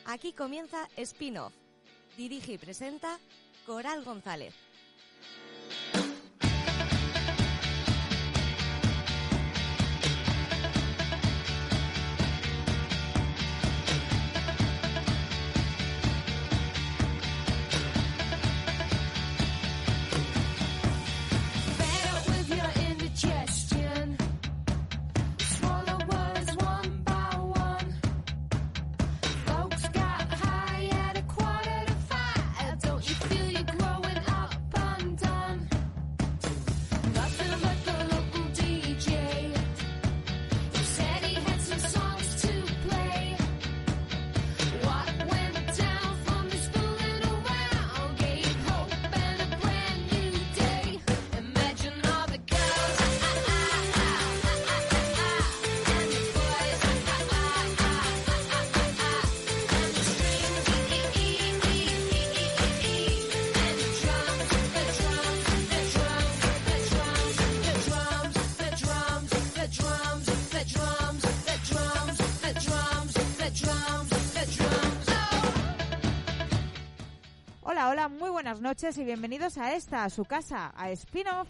Aquí comienza Spin-Off. Dirige y presenta Coral González. Hola, muy buenas noches y bienvenidos a esta, a su casa, a Spin-Off.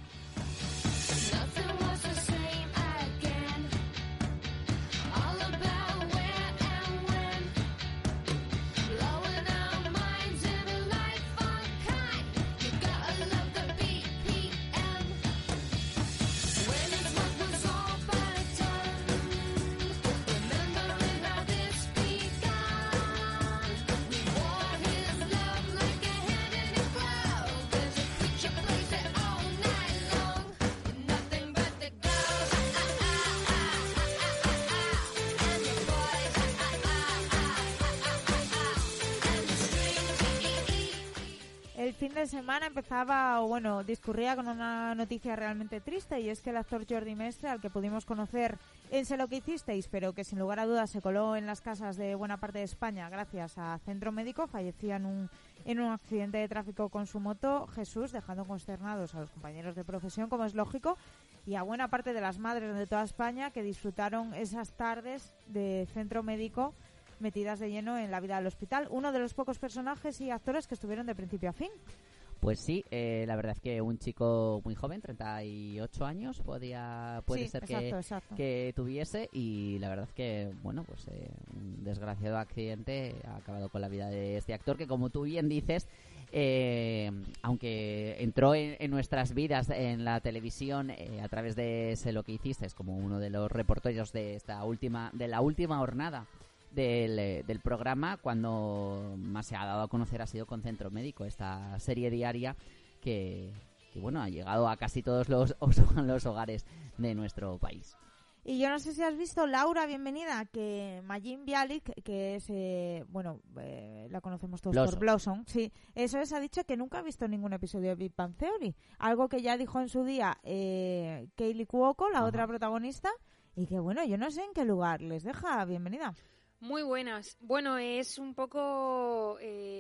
El fin de semana empezaba, o bueno, discurría con una noticia realmente triste, y es que el actor Jordi Mestre, al que pudimos conocer en Sé lo que hicisteis, pero que sin lugar a dudas se coló en las casas de buena parte de España gracias a Centro Médico, fallecía en un accidente de tráfico con su moto, Jesús, dejando consternados a los compañeros de profesión, como es lógico, y a buena parte de las madres de toda España que disfrutaron esas tardes de Centro Médico metidas de lleno en la vida del hospital. Uno de los pocos personajes y actores que estuvieron de principio a fin. Pues sí, la verdad es que un chico muy joven, 38 años, puede ser exacto. Que tuviese, y la verdad es que, bueno, pues un desgraciado accidente ha acabado con la vida de este actor que, como tú bien dices, aunque entró en nuestras vidas en la televisión a través de Sé lo que hiciste, como uno de los reporteros de la última jornada del programa, cuando más se ha dado a conocer ha sido con Centro Médico, esta serie diaria que bueno, ha llegado a casi todos los hogares de nuestro país. Y yo no sé si has visto, Laura, bienvenida, que Mayim Bialik, que es, la conocemos todos por Blossom, sí, eso es, ha dicho que nunca ha visto ningún episodio de Big Bang Theory, algo que ya dijo en su día Kaylee Cuoco, la otra protagonista, y que bueno, yo no sé en qué lugar les deja. Bienvenida. Muy buenas. Bueno, es un poco...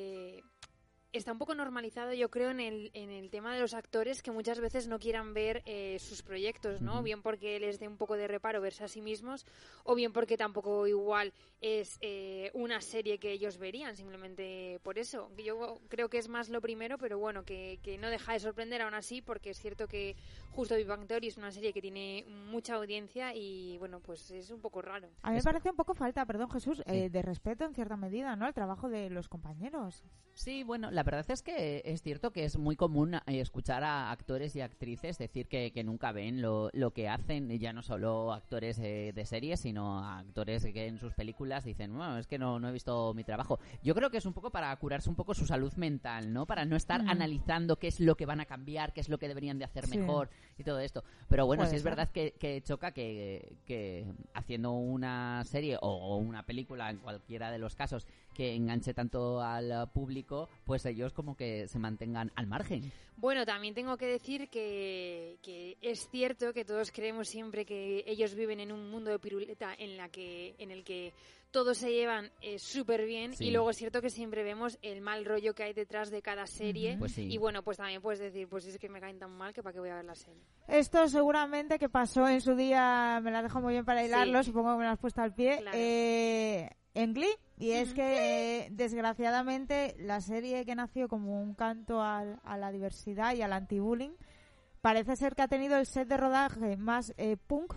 está un poco normalizado, yo creo, en el tema de los actores que muchas veces no quieran ver sus proyectos, ¿no? Bien porque les dé un poco de reparo verse a sí mismos, o bien porque tampoco igual es una serie que ellos verían, simplemente por eso. Yo creo que es más lo primero, pero bueno, que no deja de sorprender aún así, porque es cierto que justo Big Bang Theory es una serie que tiene mucha audiencia y, bueno, pues es un poco raro. A mí me parece un poco falta, perdón Jesús, de respeto en cierta medida, ¿no? El trabajo de los compañeros. Sí, bueno, la verdad es que es cierto que es muy común escuchar a actores y actrices decir que nunca ven lo que hacen, y ya no solo actores de series, sino actores que en sus películas dicen, bueno, es que no he visto mi trabajo. Yo creo que es un poco para curarse un poco su salud mental, ¿no? Para no estar analizando qué es lo que van a cambiar, qué es lo que deberían de hacer mejor y todo esto. Pero bueno, sí es verdad que choca que haciendo una serie o una película, en cualquiera de los casos, que enganche tanto al público, pues ellos como que se mantengan al margen. Bueno, también tengo que decir que es cierto que todos creemos siempre que ellos viven en un mundo de piruleta en el que todos se llevan súper bien, y luego es cierto que siempre vemos el mal rollo que hay detrás de cada serie. Pues sí. Y bueno, pues también puedes decir, pues es que me caen tan mal que para qué voy a ver la serie. Esto seguramente que pasó en su día, me la dejo muy bien para hilarlo, supongo que me lo has puesto al pie. Claro. en Glee, y es que desgraciadamente la serie que nació como un canto a la diversidad y al anti-bullying parece ser que ha tenido el set de rodaje más punk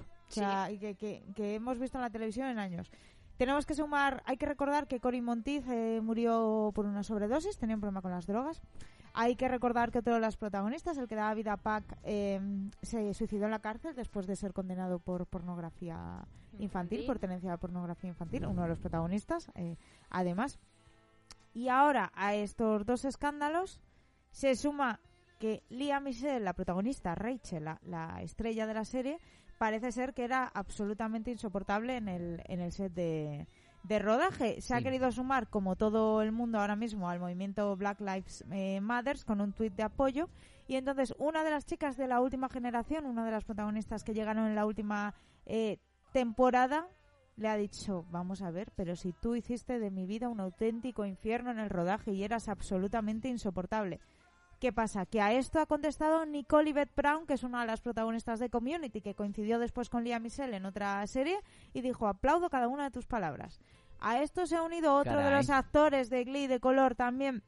que hemos visto en la televisión en años. Tenemos que sumar, hay que recordar que Cory Monteith murió por una sobredosis, tenía un problema con las drogas. Hay que recordar que otro de los protagonistas, el que daba vida a Puck, se suicidó en la cárcel después de ser condenado por pornografía infantil, por tenencia de pornografía infantil, uno de los protagonistas, además. Y ahora a estos dos escándalos se suma que Lea Michele, la protagonista, Rachel, la estrella de la serie, parece ser que era absolutamente insoportable en el set de rodaje. Se ha querido sumar, como todo el mundo ahora mismo, al movimiento Black Lives Matter con un tuit de apoyo. Y entonces una de las chicas de la última generación, una de las protagonistas que llegaron en la última temporada, le ha dicho: vamos a ver, pero si tú hiciste de mi vida un auténtico infierno en el rodaje y eras absolutamente insoportable. ¿Qué pasa? Que a esto ha contestado Nicole Yvette Brown, que es una de las protagonistas de Community, que coincidió después con Lea Michele en otra serie, y dijo: aplaudo cada una de tus palabras. A esto se ha unido otro de los actores de Glee de color también,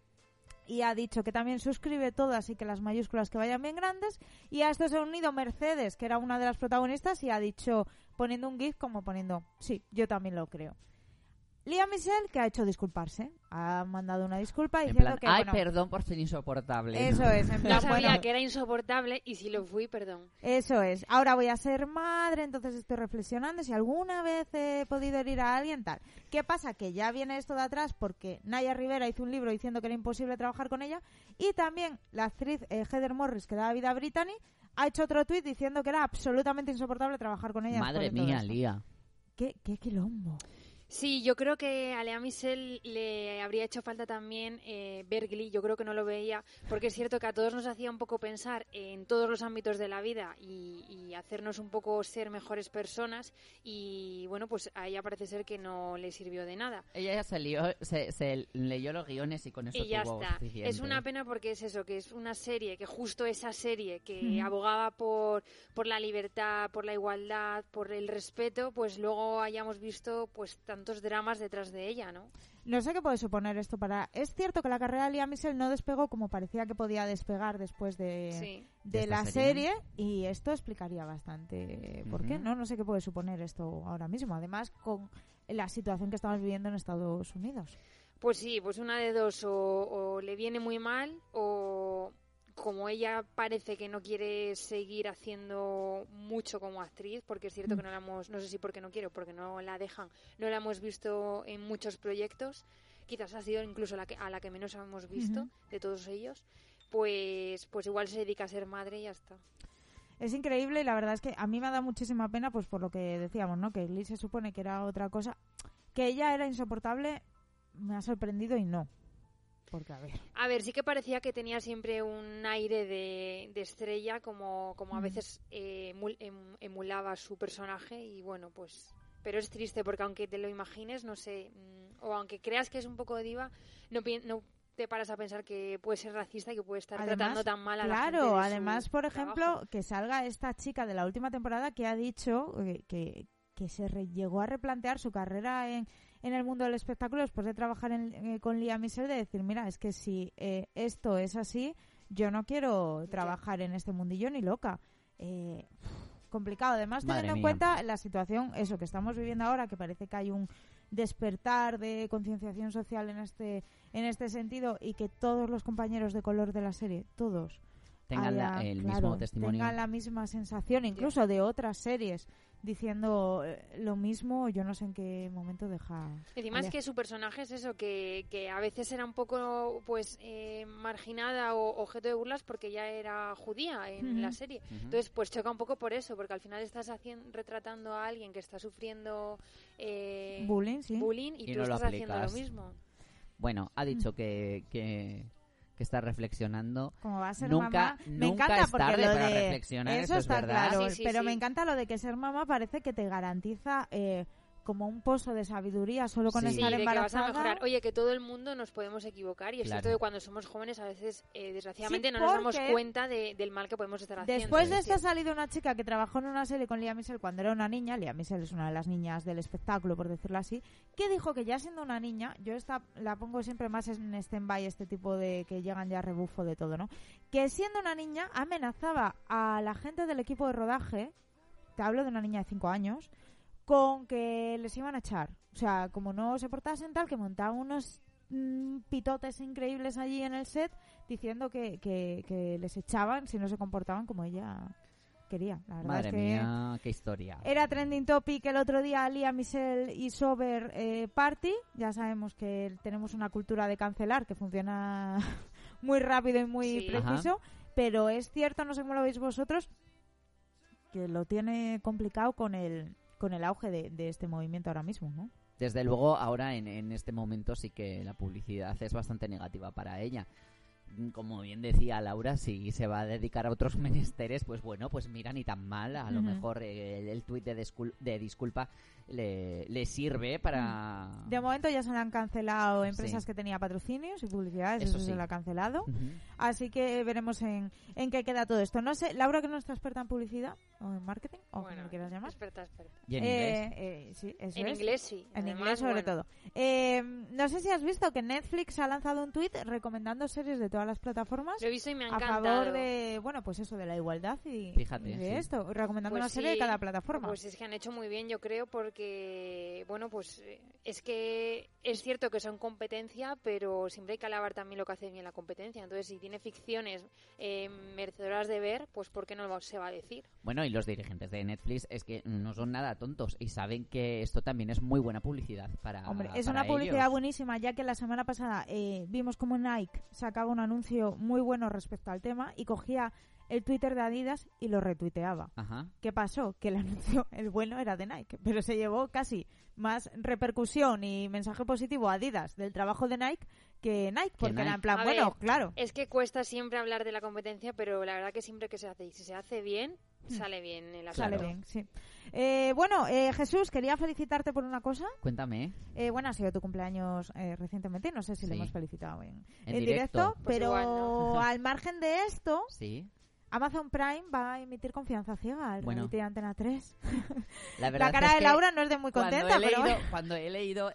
y ha dicho que también suscribe todas y que las mayúsculas que vayan bien grandes. Y a esto se ha unido Mercedes, que era una de las protagonistas, y ha dicho, poniendo un gif como poniendo: sí, yo también lo creo. Lea Michele, que ha hecho disculparse, ha mandado una disculpa diciendo plan, que perdón por ser insoportable. Eso es, en plan, no sabía que era insoportable y si lo fui, perdón. Eso es. Ahora voy a ser madre, entonces estoy reflexionando si alguna vez he podido herir a alguien, tal. ¿Qué pasa? Que ya viene esto de atrás porque Naya Rivera hizo un libro diciendo que era imposible trabajar con ella, y también la actriz Heather Morris, que daba vida a Brittany, ha hecho otro tuit diciendo que era absolutamente insoportable trabajar con ella. Madre mía, Lía. ¿Qué quilombo? Sí, yo creo que a Lea Michele le habría hecho falta también ver Glee. Yo creo que no lo veía, porque es cierto que a todos nos hacía un poco pensar en todos los ámbitos de la vida y hacernos un poco ser mejores personas, y bueno, pues a ella parece ser que no le sirvió de nada. Ella ya se leyó los guiones y con eso y ya tuvo está. suficiente. Es una pena porque es eso, que es una serie, que justo esa serie que abogaba por la libertad, por la igualdad, por el respeto, pues luego hayamos visto pues tantos dramas detrás de ella, ¿no? No sé qué puede suponer esto para... Es cierto que la carrera de Lea Michele no despegó como parecía que podía despegar después de la serie, y esto explicaría bastante por qué, ¿no? No sé qué puede suponer esto ahora mismo, además con la situación que estamos viviendo en Estados Unidos. Pues sí, pues una de dos, o le viene muy mal, o como ella parece que no quiere seguir haciendo mucho como actriz, porque es cierto que no la hemos, no sé si porque no quiero, porque no la dejan, no la hemos visto en muchos proyectos, quizás ha sido incluso a la que menos hemos visto de todos ellos, pues igual se dedica a ser madre y ya está. Es increíble, y la verdad es que a mí me da muchísima pena, pues por lo que decíamos, ¿no? Que Glee se supone que era otra cosa, que ella era insoportable, me ha sorprendido y no. Porque, a ver, sí que parecía que tenía siempre un aire de estrella, como a veces emulaba su personaje, y bueno, pues... Pero es triste porque aunque te lo imagines, no sé, o aunque creas que es un poco diva, no te paras a pensar que puede ser racista y que puede estar tratando tan mal a la gente. Claro, además, por ejemplo, que salga esta chica de la última temporada que ha dicho que se llegó a replantear su carrera en el mundo del espectáculo después de trabajar con Lea Michele, de decir, mira, es que si esto es así, yo no quiero trabajar en este mundillo ni loca. Complicado, además, teniendo en cuenta la situación, eso que estamos viviendo ahora, que parece que hay un despertar de concienciación social en este sentido, y que todos los compañeros de color de la serie, todos tengan el mismo testimonio, tengan la misma sensación, incluso de otras series diciendo lo mismo. Yo no sé en qué momento deja. Encima es que su personaje es eso, que a veces era un poco pues marginada o objeto de burlas porque ella era judía en la serie. Entonces pues choca un poco por eso, porque al final estás retratando a alguien que está sufriendo bullying y tú estás haciendo lo mismo. Bueno, ha dicho que está reflexionando. Como va a ser nunca, mamá, me encanta es porque tarde lo para de reflexionar, eso es está verdad. claro, sí, pero sí. me encanta lo de que ser mamá parece que te garantiza como un pozo de sabiduría solo con Sí. estar de que vas a embarazada. mejorar. Oye, que todo el mundo nos podemos equivocar y es Claro. cierto que cuando somos jóvenes a veces, desgraciadamente, Sí, no nos damos porque cuenta del mal que podemos estar haciendo. Después de Es esto ha cierto. salido una chica que trabajó en una serie con Lea Michele cuando era una niña. Lea Michele es una de las niñas del espectáculo, por decirlo así, que dijo que ya siendo una niña, yo esta la pongo siempre más en stand-by, este tipo de que llegan ya a rebufo de todo, ¿no? Que siendo una niña amenazaba a la gente del equipo de rodaje, te hablo de una niña de 5 años, con que les iban a echar. O sea, como no se portasen tal, que montaban unos pitotes increíbles allí en el set diciendo que les echaban si no se comportaban como ella quería. La verdad Madre es que mía, qué historia. era trending topic el otro día Lea Michele y Sober Party. Ya sabemos que tenemos una cultura de cancelar que funciona muy rápido y muy Sí. preciso, pero es cierto, no sé cómo lo veis vosotros, que lo tiene complicado con el auge de este movimiento ahora mismo, ¿no? Desde luego, ahora en este momento sí que la publicidad es bastante negativa para ella. Como bien decía Laura, si se va a dedicar a otros menesteres, pues bueno, pues mira, ni tan mal. A lo Ujú. mejor el tuit de disculpa le sirve para... De momento ya se le han cancelado empresas Sí. que tenía patrocinios y publicidades, Eso eso sí. se lo ha cancelado. Ujú. Así que veremos en qué queda todo esto. No sé, Laura, que no es nuestra experta en publicidad o en marketing, o como Bueno, lo quieras llamar. experta. ¿Y en inglés? Sí, eso En es. inglés sí. En Además, inglés sobre bueno, todo. No sé si has visto que Netflix ha lanzado un tuit recomendando series de todas las plataformas Lo he visto y me ha a encantado. favor de, bueno, pues eso, de la igualdad y, Fíjate, y de sí. esto, recomendando Pues una serie de sí, cada plataforma. Pues es que han hecho muy bien, yo creo, porque, bueno, pues es que es cierto que son competencia, pero siempre hay que alabar también lo que hace bien la competencia. Entonces, si tiene ficciones merecedoras de ver, pues ¿por qué no se va a decir? Bueno, y los dirigentes de Netflix es que no son nada tontos y saben que esto también es muy buena publicidad para Hombre, es para una publicidad ellos. buenísima, ya que la semana pasada vimos como Nike sacaba un anuncio muy bueno respecto al tema y cogía el Twitter de Adidas y lo retuiteaba. Ajá. ¿Qué pasó? Que el anuncio, el bueno, era de Nike, pero se llevó casi más repercusión y mensaje positivo a Adidas del trabajo de Nike que Nike, porque Nike. era en plan, A bueno, ver, claro. Es que cuesta siempre hablar de la competencia, pero la verdad que siempre que se hace, y si se hace bien, sale bien el asunto. Sale bien, sí. Bueno, Jesús, quería felicitarte por una cosa. Cuéntame. Bueno, ha sido tu cumpleaños recientemente, no sé si le Sí. hemos felicitado en directo. Pues pero igual no. al margen de esto, Sí. Amazon Prime va a emitir Confianza Ciega al Bueno. reality de Antena 3. La verdad La cara es de que Laura no es de muy contenta, pero bueno. cuando he leído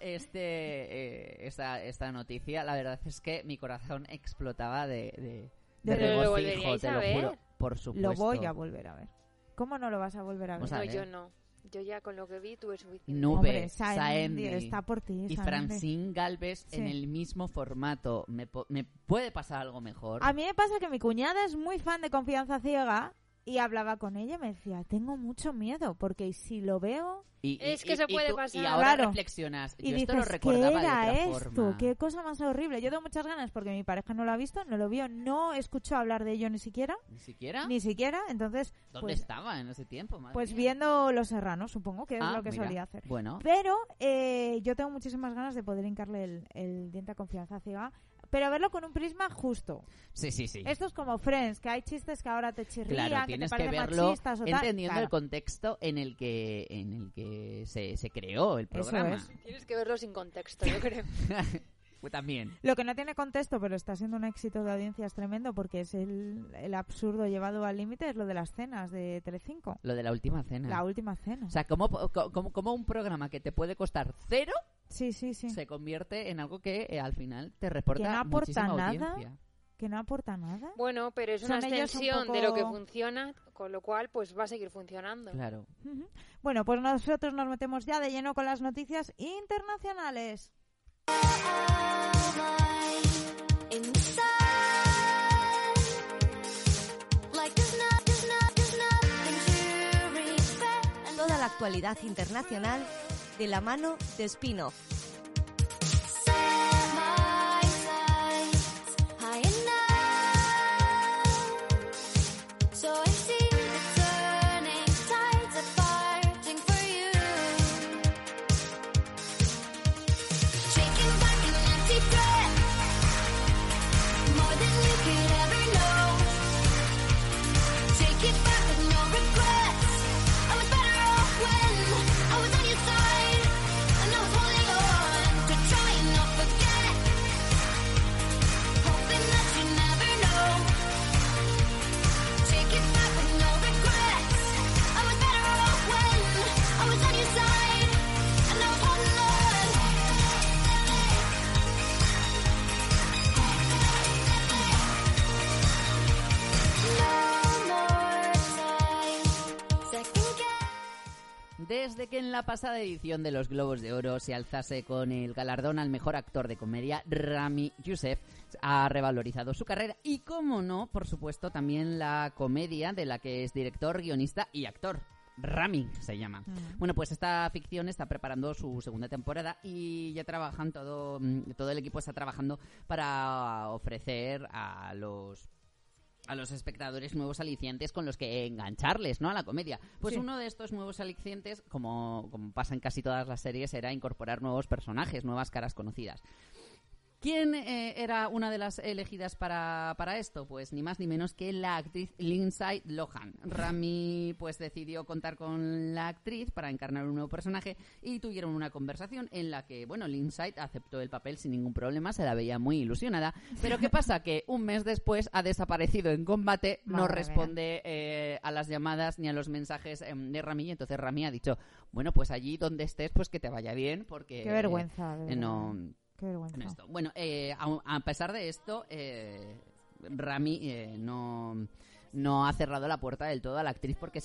esta noticia, la verdad es que mi corazón explotaba de Pero lo regocijo, volveríais te a lo ver. juro. Por supuesto. Lo voy a volver a ver. ¿Cómo no lo vas a volver a ver? Vamos a No, ver. yo no. Yo ya con lo que vi tuve suficiente. Nube, Hombre, Saendi está por ti. y Saendi. Francine Galvez Sí. en el mismo formato. ¿Me puede pasar algo mejor? A mí me pasa que mi cuñada es muy fan de Confianza Ciega y hablaba con ella y me decía, tengo mucho miedo porque si lo veo Es que se puede y pasar. ahora Claro. reflexionas. y Yo esto dices, lo ¿qué recordaba de era otra esto? forma. Qué cosa más horrible. Yo tengo muchas ganas porque mi pareja no lo ha visto, no lo vio, no escuchó hablar de ello ni siquiera. ¿Ni siquiera? Ni siquiera, entonces, ¿Dónde pues, estaba en ese tiempo? Madre pues mía. viendo Los Serranos, supongo que es Ah, lo que mira. solía hacer. Bueno, Pero yo tengo muchísimas ganas de poder hincarle el diente a Confianza Ciega, pero verlo con un prisma justo. sí. Esto es como Friends, que hay chistes que ahora te chirrían, Claro, que te tienes que parecen verlo machistas o tal. entendiendo Claro. el contexto en el que se creó el Eso programa. es. Tienes que verlo sin contexto, yo creo. Pues también. Lo que no tiene contexto, pero está siendo un éxito de audiencias tremendo porque es el absurdo llevado al límite, es lo de las cenas de Telecinco. Lo de la última cena. La última cena. O sea, como un programa que te puede costar cero Sí. se convierte en algo que al final te reporta Que no aporta muchísima nada. audiencia. Que no aporta nada. Bueno, pero es una Son ellos un extensión de poco- lo que funciona, con lo cual pues va a seguir funcionando. Claro. Ujú. Bueno, pues nosotros nos metemos ya de lleno con las noticias internacionales. Toda la actualidad internacional de la mano de Spin-off. Desde que en la pasada edición de los Globos de Oro se alzase con el galardón al mejor actor de comedia, Rami Youssef ha revalorizado su carrera y, como no, por supuesto, también la comedia de la que es director, guionista y actor. Rami se llama. Bueno, pues esta ficción está preparando su segunda temporada y ya trabajan todo el equipo está trabajando para ofrecer a los espectadores nuevos alicientes con los que engancharles, ¿no?, a la comedia. Pues uno de estos nuevos alicientes, como pasa en casi todas las series, era incorporar nuevos personajes, nuevas caras conocidas. ¿Quién era una de las elegidas para esto? Pues ni más ni menos que la actriz Lindsay Lohan. Rami pues decidió contar con la actriz para encarnar un nuevo personaje y tuvieron una conversación en la que, bueno, Lindsay aceptó el papel sin ningún problema, se la veía muy ilusionada. Pero ¿qué pasa? Que un mes después ha desaparecido en combate, no responde a las llamadas ni a los mensajes de Rami, y entonces Rami ha dicho, bueno, pues allí donde estés, pues que te vaya bien, porque... Qué vergüenza, Qué vergüenza. Bueno, a pesar de esto, Rami no ha cerrado la puerta del todo a la actriz porque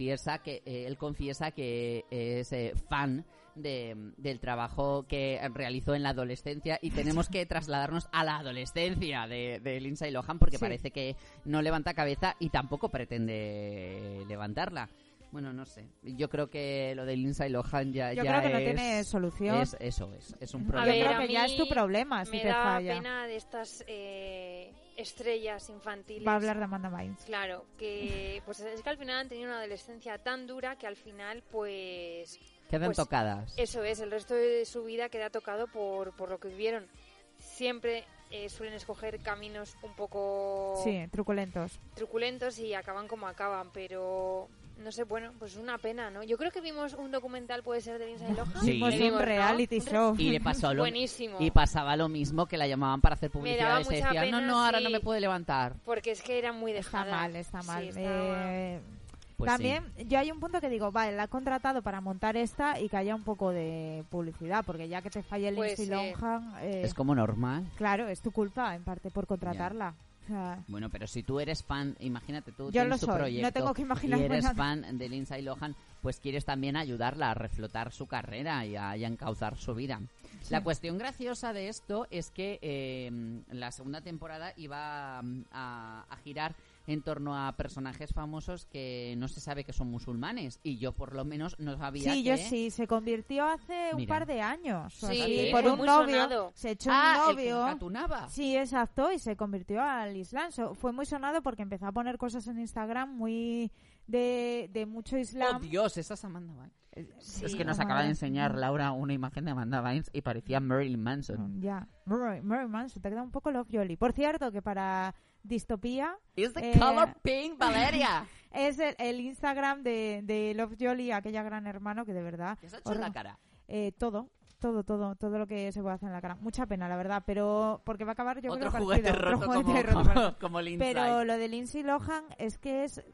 él confiesa que es fan del trabajo que realizó en la adolescencia, y tenemos que trasladarnos a la adolescencia de Lindsay Lohan porque parece que no levanta cabeza y tampoco pretende levantarla. Bueno, no sé. Yo creo que lo de Lindsay Lohan Yo creo que no tiene solución. Es un problema. Yo creo que ya es tu problema si te falla. Me da pena de estas estrellas infantiles. Va a hablar de Amanda Bynes. Claro, que pues es que al final han tenido una adolescencia tan dura que al final pues... Quedan tocadas. Eso es, el resto de su vida queda tocado por lo que vivieron. Siempre suelen escoger caminos un poco... Sí, truculentos y acaban como acaban, pero... No sé, bueno, pues es una pena, ¿no? Yo creo que vimos un documental, puede ser, de Lindsay Lohan. Sí, vimos un reality show. Y le pasó buenísimo. Y pasaba lo mismo, que la llamaban para hacer publicidad y se decía, pena, ahora no me puede levantar. Porque es que era muy dejada. Está mal. Sí, pues también yo hay un punto que digo, vale, la ha contratado para montar esta y que haya un poco de publicidad, porque ya que te falle Lindsay Lohan... es como normal. Claro, es tu culpa, en parte, por contratarla. O sea, bueno, pero si tú eres fan, imagínate, tú yo tienes tu proyecto, no tengo que imaginar, y eres fan de Lindsay Lohan, pues quieres también ayudarla a reflotar su carrera y a encauzar su vida. Sí. La cuestión graciosa de esto es que la segunda temporada iba a girar en torno a personajes famosos que no se sabe que son musulmanes, y yo por lo menos no sabía que... yo sí, se convirtió hace un par de años. Sí, por un novio, sonado. Se echó un novio. El Katunaba. Sí, exacto, y se convirtió al Islam. Fue muy sonado porque empezó a poner cosas en Instagram muy de mucho Islam. ¡Oh, Dios! Esa es Amanda Bynes. Sí, es que nos acaba de enseñar Laura una imagen de Amanda Bynes y parecía Marilyn Manson. Ya, Marilyn Manson, te queda un poco Love Jolie. Por cierto, que para Distopía... It's the color pink, Valeria. Es el Instagram de Love Jolie, aquella gran hermano que de verdad... ¿Qué has hecho en la cara? Todo lo que se puede hacer en la cara. Mucha pena, la verdad, pero porque va a acabar yo otro creo juguete partido. roto como Lindsay. Pero lo de Lindsay Lohan es que es...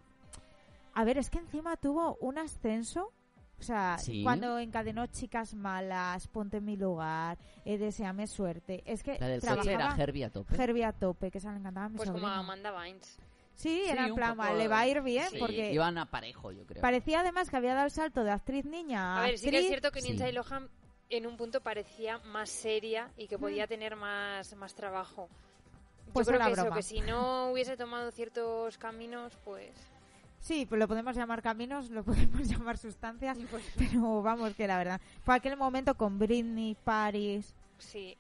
A ver, es que encima tuvo un ascenso. O sea, cuando encadenó Chicas Malas, Ponte en mi lugar, Deséame suerte. Es que la del coche era Herbie a tope. Herbie a tope, que esa le encantaba a mi sobrino. Pues como Amanda Bynes. Sí, era en plan, le va a ir bien, porque... Iban a parejo, yo creo. Parecía además que había dado el salto de actriz niña a ver, actriz. Sí que es cierto que Lindsay Lohan en un punto parecía más seria y que podía tener más trabajo. Pues yo creo que broma. eso, que si no hubiese tomado ciertos caminos, pues... Sí, pues lo podemos llamar caminos, lo podemos llamar sustancias, pero vamos, que la verdad. Fue aquel momento con Britney, Paris. Sí.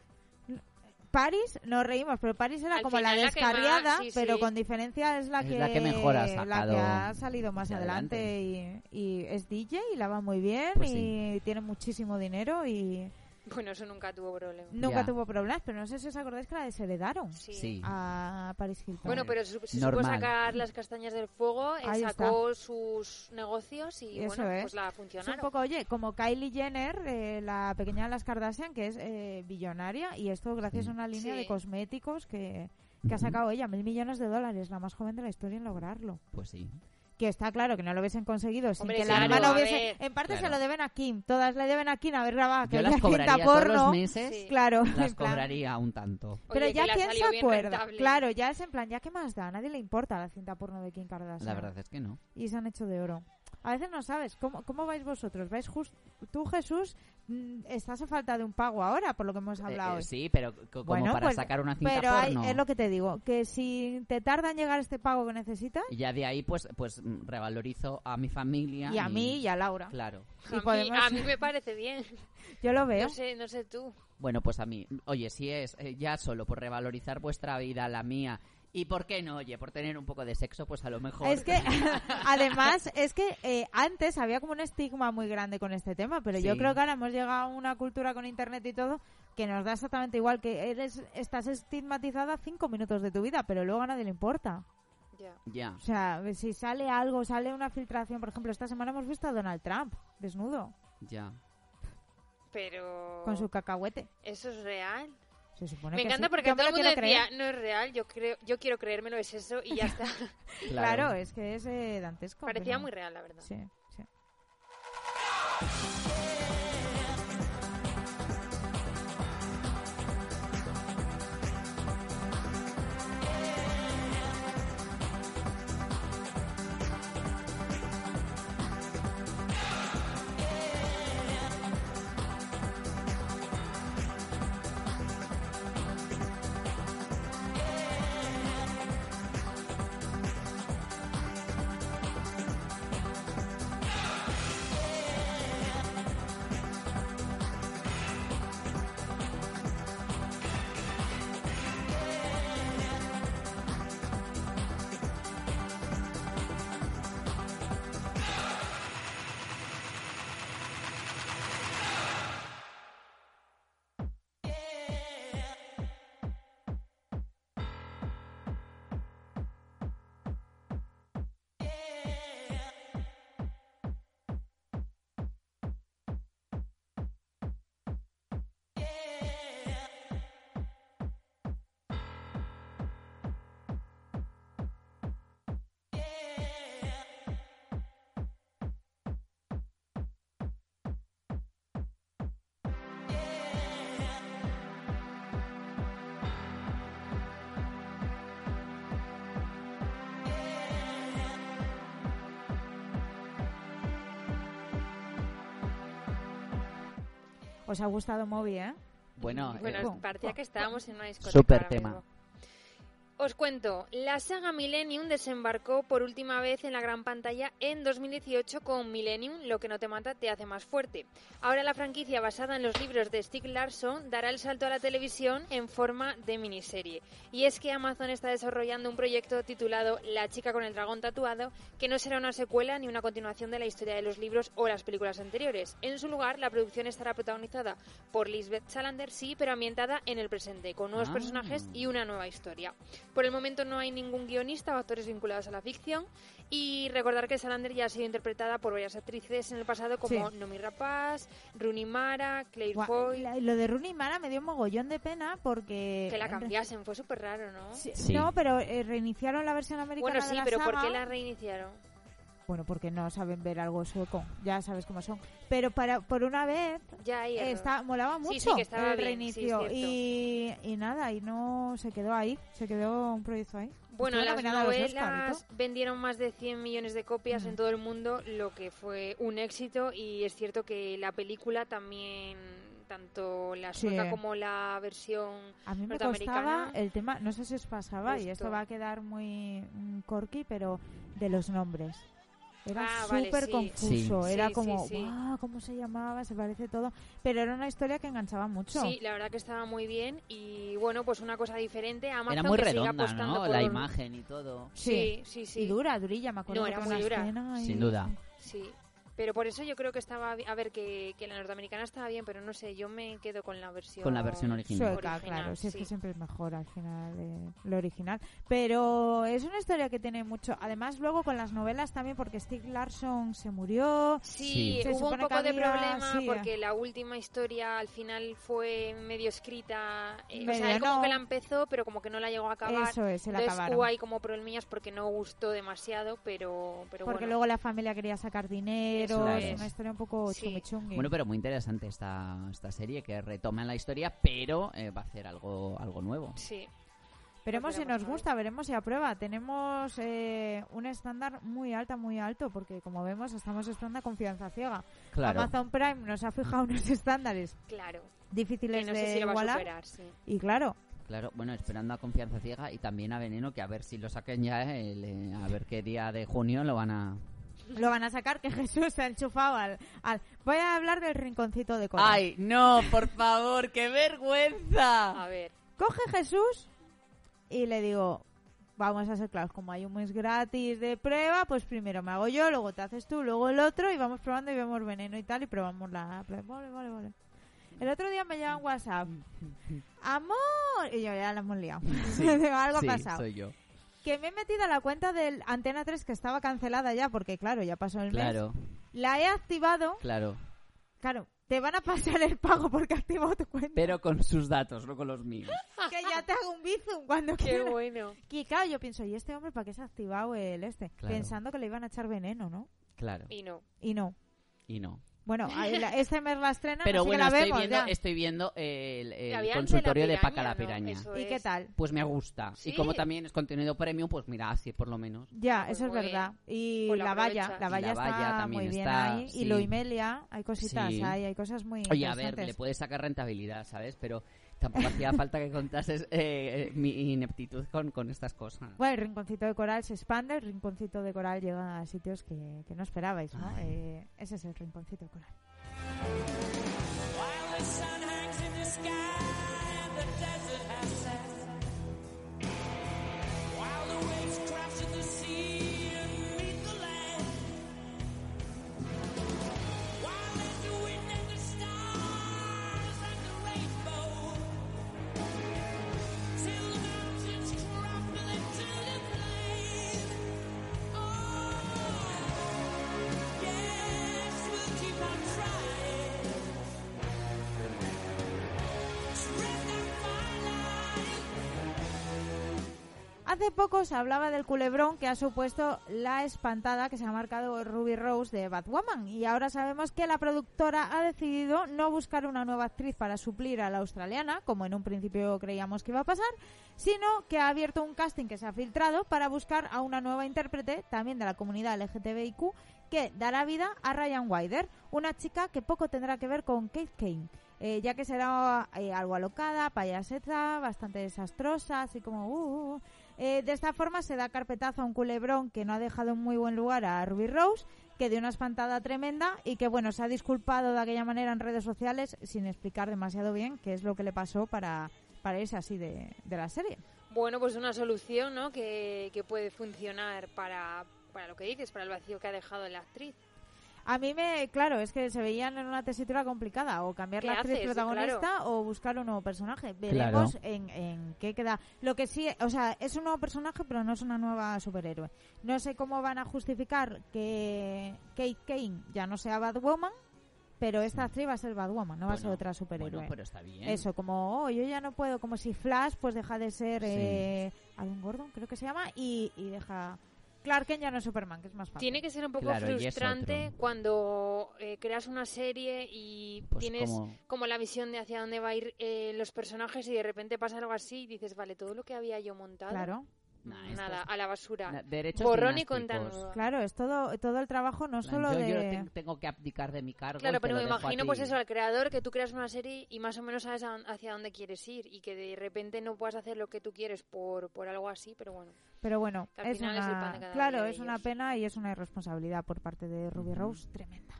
Paris, nos reímos, pero Paris era al como la descarriada, pero con diferencia es la que mejor ha sacado, la que ha salido más adelante. Y es DJ y la va muy bien, pues y tiene muchísimo dinero y... Bueno, eso nunca tuvo problemas. Nunca tuvo problemas, pero no sé si os acordáis que la desheredaron sí. a Paris Hilton. Bueno, pero se supo sacar las castañas del fuego, sacó sus negocios y eso bueno, pues la funcionaron. Es un poco, oye, como Kylie Jenner, la pequeña de las Kardashian, que es billonaria, y esto gracias a una línea de cosméticos que ha sacado ella, $1.000 millones, la más joven de la historia en lograrlo. Pues sí. Que está claro que no lo hubiesen conseguido sin que claro, la hermana hubiese... En parte se lo deben a Kim. Todas le deben a Kim haber grabado yo aquella las cobraría cinta porno. Todos los meses, claro, las cobraría un tanto. Pero oye, ya quién se acuerda. Rentable. Claro, ya es en plan, ¿ya qué más da? A nadie le importa la cinta porno de Kim Kardashian. La verdad es que no. Y se han hecho de oro. a veces no sabes. ¿Cómo vais vosotros? ¿Vais tú, Jesús, estás a falta de un pago ahora, por lo que hemos hablado hoy? Sí, pero como bueno, para pues, sacar una cinta pero porno. es lo que te digo, que si te tarda en llegar este pago que necesitas... Y ya de ahí, pues revalorizo a mi familia. Y a mí y a Laura. Claro. A mí me parece bien. Yo lo veo. No sé tú. Bueno, pues a mí, oye, si es ya solo por revalorizar vuestra vida, la mía, y por qué no, oye, por tener un poco de sexo, pues a lo mejor... Es que, además, antes había como un estigma muy grande con este tema, pero yo creo que ahora hemos llegado a una cultura con internet y todo que nos da exactamente igual, que estás estigmatizada 5 minutos de tu vida, pero luego a nadie le importa. Ya. O sea, si sale algo, sale una filtración, por ejemplo, esta semana hemos visto a Donald Trump desnudo. Ya. Pero... Con su cacahuete. ¿Eso es real? Se supone me que encanta sí. porque yo todo el mundo decía, creer. no es real, yo quiero creérmelo, es eso, y ya está. Claro, es que es dantesco. Parecía muy real, la verdad. Sí, sí. ¿Os ha gustado Moby, Bueno, parecía que estábamos en una discoteca. Súper tema. Mismo. Os cuento, la saga Millennium desembarcó por última vez en la gran pantalla en 2018 con Millennium, Lo que no te mata te hace más fuerte. Ahora la franquicia basada en los libros de Stieg Larsson dará el salto a la televisión en forma de miniserie. Y es que Amazon está desarrollando un proyecto titulado La chica con el dragón tatuado, que no será una secuela ni una continuación de la historia de los libros o las películas anteriores. En su lugar, la producción estará protagonizada por Lisbeth Salander, sí, pero ambientada en el presente, con nuevos personajes y una nueva historia. Por el momento no hay ningún guionista o actores vinculados a la ficción, y recordar que Salander ya ha sido interpretada por varias actrices en el pasado como Noomi Rapace, Rooney Mara, Claire Foy. Lo de Rooney Mara me dio un mogollón de pena porque... Que la cambiasen, fue súper raro, ¿no? Sí. No, pero reiniciaron la versión americana de la saga. Bueno, sí, pero ¿por qué la reiniciaron? Bueno, porque no saben ver algo sueco, ya sabes cómo son. Pero por una vez molaba mucho que estaba el bien, reinicio y nada, y no se quedó ahí, se quedó un proyecto ahí. Bueno, las novelas vendieron más de 100 millones de copias en todo el mundo, lo que fue un éxito, y es cierto que la película también, tanto la sueca como la versión a mí me norteamericana. costaba el tema, no sé si os pasaba, y esto va a quedar muy corky, pero de los nombres. Era súper confuso, era como, ¿cómo se llamaba? Se parece todo, pero era una historia que enganchaba mucho. Sí, la verdad que estaba muy bien, y bueno, pues una cosa diferente. Amazon, era muy que redonda, sigue ¿no? La imagen y todo. Sí. Y durilla, me acuerdo. No, era muy dura. Sin duda. Sí. Pero por eso yo creo que estaba... A ver, que la norteamericana estaba bien, pero no sé, yo me quedo con la versión... Con la versión original. Sueca, claro, si es que siempre es mejor al final lo original. Pero es una historia que tiene mucho... Además, luego con las novelas también, porque Stieg Larsson se murió... Sí, hubo un poco de problema porque la última historia al final fue medio escrita... o sea, él como que la empezó, pero como que no la llegó a acabar. Eso es, se la Entonces acabaron. hubo ahí como problemillas porque no gustó demasiado, pero porque bueno. luego la familia quería sacar dinero... Es una historia un poco chungi. Bueno, pero muy interesante esta serie, que retoma la historia, pero va a hacer algo nuevo. Sí. Veremos si nos a ver. gusta, veremos si aprueba. Tenemos un estándar muy alto, porque como vemos estamos esperando a confianza ciega. Claro. Amazon Prime nos ha fijado unos estándares Claro. difíciles Que no sé de si lo va a igualar. superar, sí. Y claro, Claro, bueno, esperando a Confianza Ciega y también a Veneno, que a ver si lo saquen ya, a ver qué día de junio lo van a... lo van a sacar, que Jesús se ha enchufado al... Voy a hablar del rinconcito de Coral. ¡Ay, no, por favor, qué vergüenza! A ver. Coge Jesús y le digo, vamos a ser claros, como hay un mes gratis de prueba, pues primero me hago yo, luego te haces tú, luego el otro, y vamos probando y vemos Veneno y tal, y probamos la... Vale. El otro día me llega un WhatsApp, ¡amor! Y yo, ya la hemos liado. Sí, Algo ha sí, pasado. soy yo. Que me he metido a la cuenta del Antena 3, que estaba cancelada ya, porque claro, ya pasó el mes. Claro, La he activado. claro. Claro, te van a pasar el pago porque he activado tu cuenta. Pero con sus datos, no con los míos. Que ya te hago un bizum cuando Qué quieras. bueno. Y claro, yo pienso, ¿y este hombre para qué se ha activado el este? Claro. Pensando que le iban a echar veneno, ¿no? Claro, Y no. Y no. y no. Bueno, este mes la estrenan, Pero así bueno, que la estoy vemos viendo, ya. estoy viendo el Había consultorio de antes Paca la ¿no? Piraña. Eso ¿Y es. qué tal? Pues me gusta. ¿Sí? Y como también es contenido premium, pues mira, así por lo menos. Ya, Pues eso es muy verdad. Y Pues lo la valla aprovechas. la Y valla la valla está también muy bien está, ahí. sí. Y lo Imelia, hay cositas, Sí. hay cosas muy Oye, a ver, interesantes. le puedes sacar rentabilidad, ¿sabes? Pero tampoco hacía falta que contases mi ineptitud con estas cosas. Bueno, el rinconcito de Coral se expande, el rinconcito de Coral llega a sitios que no esperabais, ¿no? Ese es el rinconcito de Coral. While the sun hangs in the sky and the desert has set, while the waves crash in the sea and meet the land, while there's the wind and the stars and the rainbow, till the mountains crumble into the plain. Oh, yes, we'll keep on trying. Hace poco se hablaba del culebrón que ha supuesto la espantada que se ha marcado Ruby Rose de Batwoman, y ahora sabemos que la productora ha decidido no buscar una nueva actriz para suplir a la australiana, como en un principio creíamos que iba a pasar, sino que ha abierto un casting que se ha filtrado para buscar a una nueva intérprete, también de la comunidad LGTBIQ, que dará vida a Ryan Wider, una chica que poco tendrá que ver con Kate Kane. Ya que será algo alocada, payaseta, bastante desastrosa, así como... de esta forma se da carpetazo a un culebrón que no ha dejado en muy buen lugar a Ruby Rose, que dio una espantada tremenda y que, bueno, se ha disculpado de aquella manera en redes sociales sin explicar demasiado bien qué es lo que le pasó para irse así de la serie. Bueno, pues una solución, ¿no? Que puede funcionar para lo que dices, para el vacío que ha dejado la actriz. A mí claro, es que se veían en una tesitura complicada, o cambiar la actriz protagonista, claro, o buscar un nuevo personaje. Veremos en qué queda. Lo que sí, o sea, es un nuevo personaje, pero no es una nueva superhéroe. No sé cómo van a justificar que Kate Kane ya no sea Batwoman, pero esta actriz va a ser Batwoman, no va a ser otra superhéroe. Bueno, pero está bien. Eso, como, yo ya no puedo, como si Flash pues deja de ser Alan Gordon, creo que se llama, y deja... Clark Kent ya no es Superman, que es más fácil. Tiene que ser un poco frustrante cuando creas una serie y pues tienes como la visión de hacia dónde va a ir los personajes, y de repente pasa algo así y dices, vale, todo lo que había yo montado, claro, nada, a la basura. Borrón y cuenta nueva. Claro, es todo el trabajo, no solo yo tengo que abdicar de mi cargo. Claro, pero me imagino pues eso, al creador, que tú creas una serie y más o menos sabes hacia dónde quieres ir, y que de repente no puedas hacer lo que tú quieres por algo así, pero bueno. Pero bueno, es una una pena y es una irresponsabilidad por parte de Ruby Rose tremenda.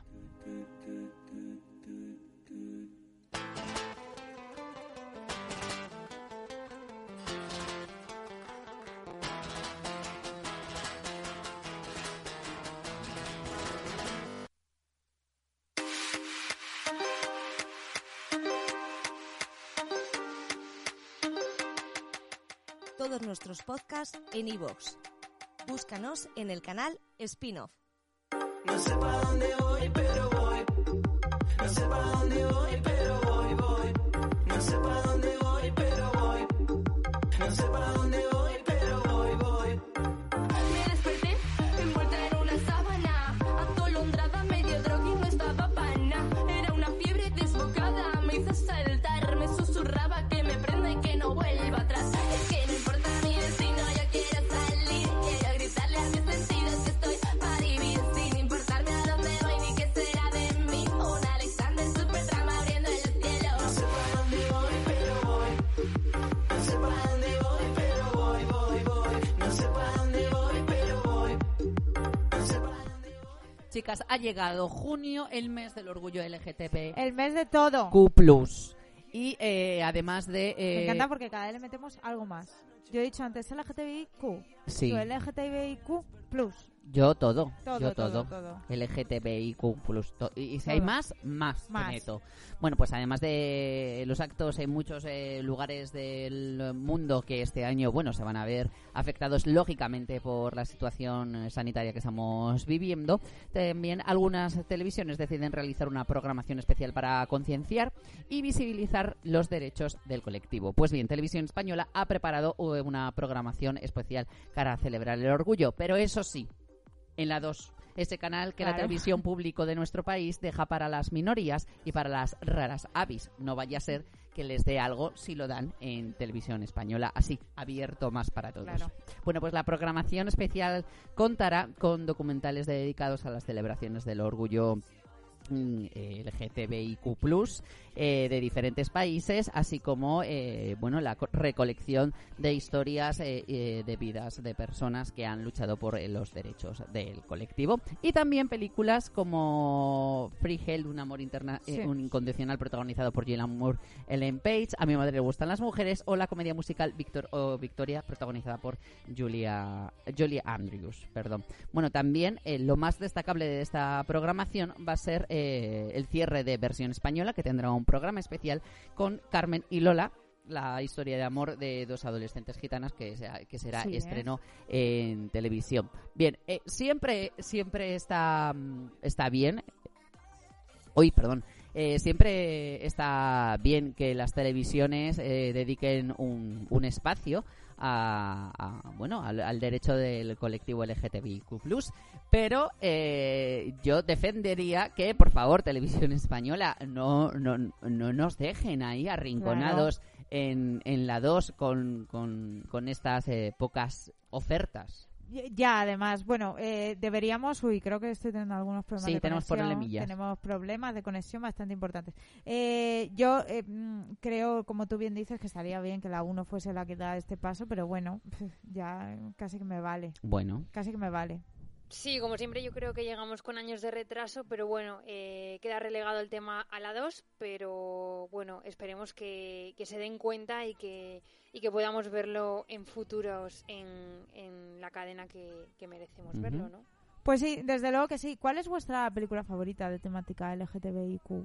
Todos nuestros podcasts en iVoox. Búscanos en el canal Spin-off. No sé para dónde voy, pero voy. No sé para dónde voy, pero voy. No sé para dónde voy, pero voy. No sé para dónde voy, pero voy. Me desperté envuelta en una sábana, atolondrada, medio droga y no estaba pana. Era una fiebre desbocada, me hizo saltar, me susurraba que me prenda y que no vuelva atrás. Es que no importa Chicas, ha llegado junio, el mes del orgullo LGTB. El mes de todo. Q+. Y además de... Me encanta porque cada vez le metemos algo más. Yo he dicho antes LGTBIQ. Sí. Tú LGTBIQ+. Yo todo. Todo. LGTBIQ+. Y si Todo. hay más te meto. Bueno, pues además de los actos en muchos lugares del mundo que este año, bueno, se van a ver afectados lógicamente por la situación sanitaria que estamos viviendo, también algunas televisiones deciden realizar una programación especial para concienciar y visibilizar los derechos del colectivo. Pues bien, Televisión Española ha preparado una programación especial para celebrar el orgullo, pero eso sí, en la 2, ese canal que la televisión pública de nuestro país deja para las minorías y para las raras avis. No vaya a ser que les dé algo si lo dan en Televisión Española, así, abierto más para todos. Claro. Bueno, pues la programación especial contará con documentales dedicados a las celebraciones del orgullo LGTBIQ+, de diferentes países, así como la recolección de historias de vidas de personas que han luchado por los derechos del colectivo, y también películas como Free Hell, un amor un incondicional, protagonizado por Julianne Moore, Ellen Page, A mi madre le gustan las mujeres, o la comedia musical Victoria, protagonizada por Julie Andrews. Bueno, también lo más destacable de esta programación va a ser el cierre de Versión Española, que tendrá un programa especial con Carmen y Lola, la historia de amor de dos adolescentes gitanas, que será estreno en televisión. Bien, siempre está bien. Siempre está bien que las televisiones dediquen un espacio al derecho del colectivo LGTBIQ+, pero yo defendería que, por favor, Televisión Española, no nos dejen ahí arrinconados en la 2 con estas pocas ofertas. Ya, además, bueno, deberíamos... creo que estoy teniendo algunos problemas de tenemos conexión. problemillas. Tenemos problemas de conexión bastante importantes. Yo creo, como tú bien dices, que estaría bien que la 1 fuese la que da este paso, pero bueno, ya casi que me vale. Bueno. Casi que me vale. Sí, como siempre yo creo que llegamos con años de retraso, pero bueno, queda relegado el tema a la 2, pero bueno, esperemos que se den cuenta y que podamos verlo en futuros en la cadena que merecemos verlo, ¿no? Pues sí, desde luego que sí. ¿Cuál es vuestra película favorita de temática LGTBIQ+?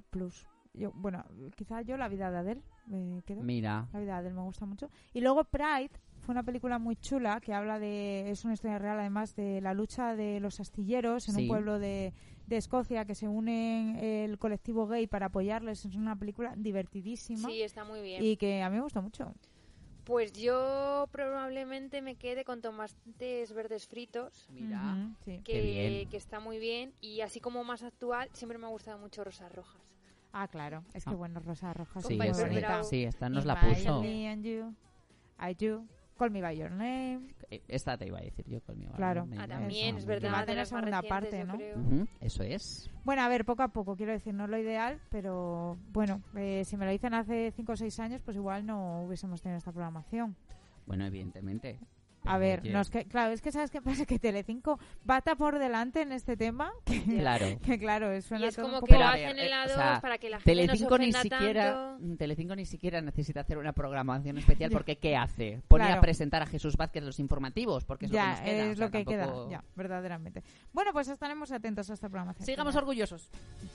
Quizá yo La vida de Adele, Mira. La vida de Adele me gusta mucho. Y luego Pride fue una película muy chula que habla es una historia real, además, de la lucha de los astilleros en un pueblo de Escocia, que se unen el colectivo gay para apoyarles. Es una película divertidísima. Sí, está muy bien. Y que a mí me gustó mucho. Pues yo probablemente me quede con Tomates Verdes Fritos. Mira, que está muy bien. Y así como más actual, siempre me ha gustado mucho Rosas Rojas. Ah, claro. Es que bueno, Rosas Rojas. Sí, esta nos la puso. Me and you, I do. Call Me By Your Name. Esta te iba a decir yo, Call Me By Claro. Your Name. También, es verdad. Va a tener segunda parte, ¿no? Eso es. Bueno, a ver, poco a poco, quiero decir, no es lo ideal, pero bueno, si me lo dicen hace 5 o 6 años, pues igual no hubiésemos tenido esta programación. Bueno, evidentemente. A ver, no es que, claro, es que ¿sabes qué pasa? Que Telecinco bata por delante en este tema. Claro. Que claro, suena y es todo como un que poco... lo hacen en la 2 para que la gente Telecinco no se ofenda Telecinco ni siquiera necesita hacer una programación especial, porque ¿qué hace? Pone a presentar a Jesús Vázquez los informativos, porque es lo que nos queda. Es lo que queda, ya, verdaderamente. Bueno, pues estaremos atentos a esta programación. Sigamos orgullosos.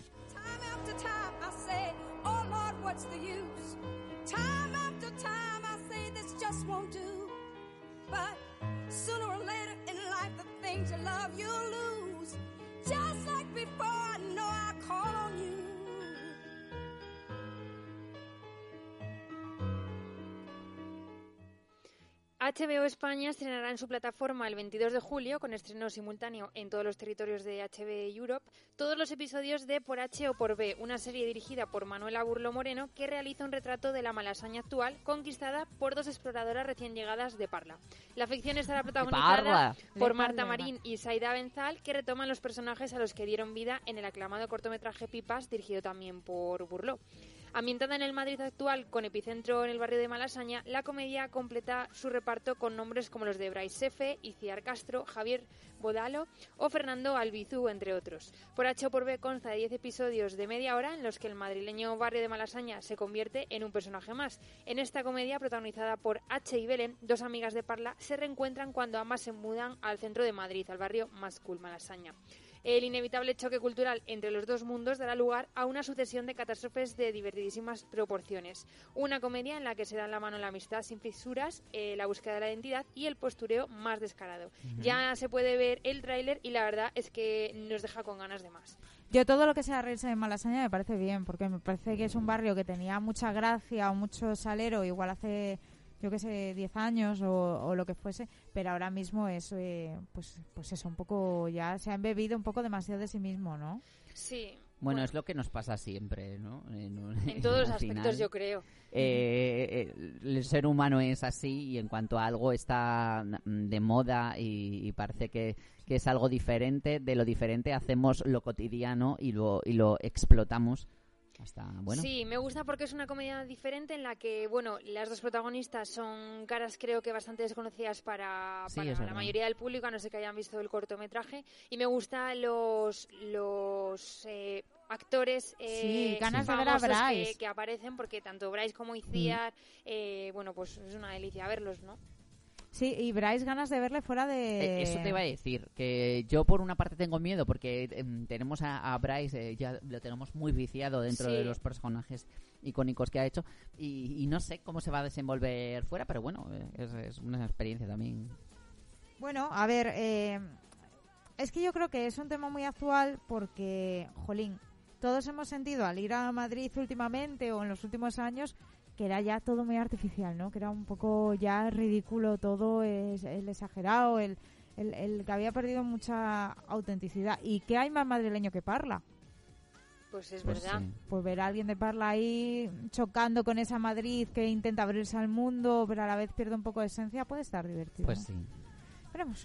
Sooner or later in life, the things you love, you'll lose. Just like before, I know I call on you. HBO España estrenará en su plataforma el 22 de julio, con estreno simultáneo en todos los territorios de HBO Europe, todos los episodios de Por H o por B, una serie dirigida por Manuela Burlo Moreno que realiza un retrato de la Malasaña actual, conquistada por 2 exploradoras recién llegadas de Parla. La ficción estará protagonizada por Marta Marín y Saida Benzal, que retoman los personajes a los que dieron vida en el aclamado cortometraje Pipas, dirigido también por Burlo. Ambientada en el Madrid actual, con epicentro en el barrio de Malasaña, la comedia completa su reparto con nombres como los de Brais Sefe, Iciar Castro, Javier Bodalo o Fernando Albizu, entre otros. Por H o por B consta de 10 episodios de media hora en los que el madrileño barrio de Malasaña se convierte en un personaje más. En esta comedia, protagonizada por H y Belén, dos amigas de Parla se reencuentran cuando ambas se mudan al centro de Madrid, al barrio más cool, Malasaña. El inevitable choque cultural entre los dos mundos dará lugar a una sucesión de catástrofes de divertidísimas proporciones. Una comedia en la que se dan la mano la amistad sin fisuras, la búsqueda de la identidad y el postureo más descarado. Ya se puede ver el tráiler y la verdad es que nos deja con ganas de más. Yo todo lo que sea reírse de Malasaña me parece bien, porque me parece que es un barrio que tenía mucha gracia o mucho salero, igual hace, yo que sé, 10 años o lo que fuese, pero ahora mismo es, pues eso, un poco, ya se ha embebido un poco demasiado de sí mismo, ¿no? Sí. Bueno, es lo que nos pasa siempre, ¿no? En todos los aspectos, final, yo creo. El ser humano es así y en cuanto a algo está de moda y parece que es algo diferente, de lo diferente hacemos lo cotidiano y lo explotamos. Bueno. Sí, me gusta porque es una comedia diferente en la que, bueno, las dos protagonistas son caras creo que bastante desconocidas para la mayoría del público, a no ser que hayan visto el cortometraje, y me gustan los actores ganas de ver a Brais que aparecen, porque tanto Brais como Iciar, bueno, pues es una delicia verlos, ¿no? Sí, y Brais ganas de verle fuera de... Eso te iba a decir, que yo por una parte tengo miedo porque tenemos a Brais, ya lo tenemos muy viciado dentro de los personajes icónicos que ha hecho y no sé cómo se va a desenvolver fuera, pero bueno, es una experiencia también. Bueno, a ver, es que yo creo que es un tema muy actual porque, jolín, todos hemos sentido al ir a Madrid últimamente o en los últimos años que era ya todo muy artificial, ¿no? Que era un poco ya ridículo todo, el exagerado, el que había perdido mucha autenticidad. ¿Y qué hay más madrileño que Parla? Pues es verdad. Sí. Pues ver a alguien de Parla ahí chocando con esa Madrid que intenta abrirse al mundo, pero a la vez pierde un poco de esencia, puede estar divertido. Pues sí. Veremos.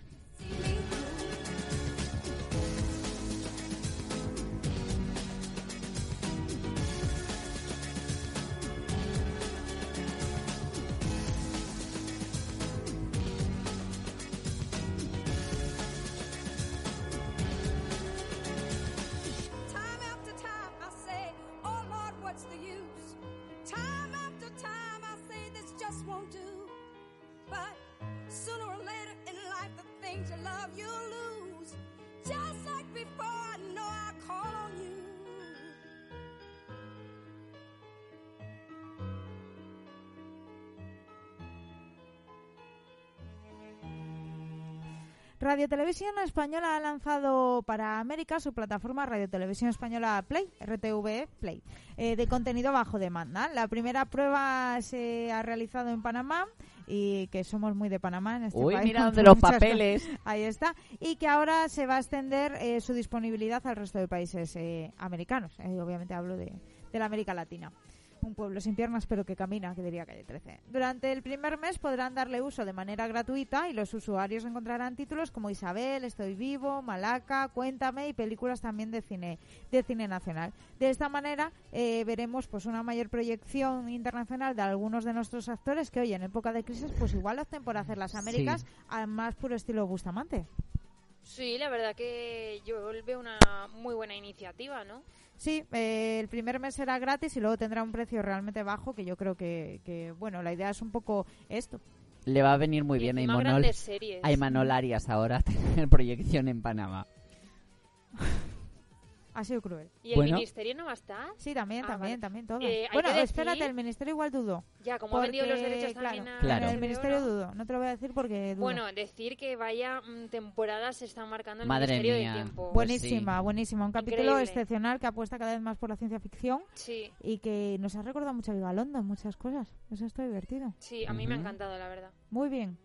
Radio Televisión Española ha lanzado para América su plataforma Radio Televisión Española Play, RTV Play, de contenido bajo demanda. La primera prueba se ha realizado en Panamá, y que somos muy de Panamá en este país. Uy, mira donde los papeles. Ahí está. Y que ahora se va a extender su disponibilidad al resto de países americanos. Obviamente hablo de la América Latina. Un pueblo sin piernas pero que camina, que diría Calle 13. Durante el primer mes podrán darle uso de manera gratuita y los usuarios encontrarán títulos como Isabel, Estoy vivo, Malaca, Cuéntame y películas también de cine nacional. De esta manera veremos pues una mayor proyección internacional de algunos de nuestros actores que hoy en época de crisis pues igual opten por hacer las Américas al más puro estilo Bustamante. Sí, la verdad que yo veo una muy buena iniciativa, ¿no? Sí, el primer mes será gratis y luego tendrá un precio realmente bajo, que yo creo que bueno, la idea es un poco esto. Le va a venir muy bien a Imanol Arias ahora tener proyección en Panamá. Ha sido cruel. ¿Y el ministerio no va a estar? Sí, también todo. Bueno, espérate, el ministerio igual dudo. Ya, como ha vendido los derechos también claro. El ministerio dudo. No te lo voy a decir porque dudo. Bueno, decir que vaya temporadas se están marcando el Madre Ministerio mía. del Tiempo. Buenísima. Un capítulo Increíble. excepcional que apuesta cada vez más por la ciencia ficción. Sí. Y que nos ha recordado mucho a Vigalondo en muchas cosas. Eso está divertido. Sí, a mí me ha encantado, la verdad. Muy bien.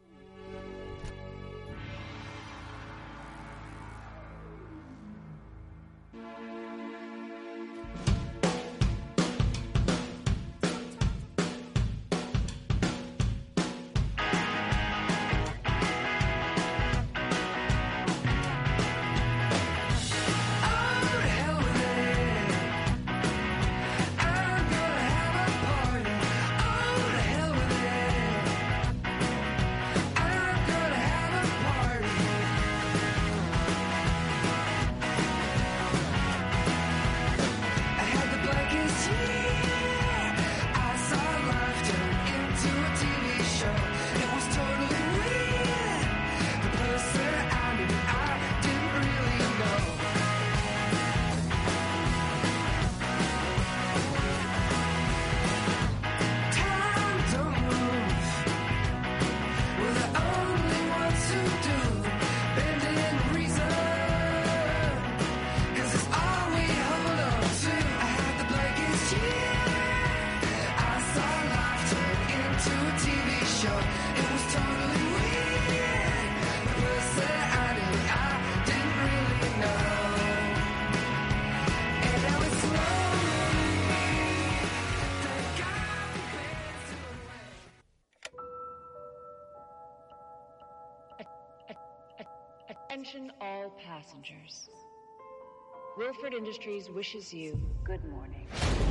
passengers. Wilford Industries wishes you good morning.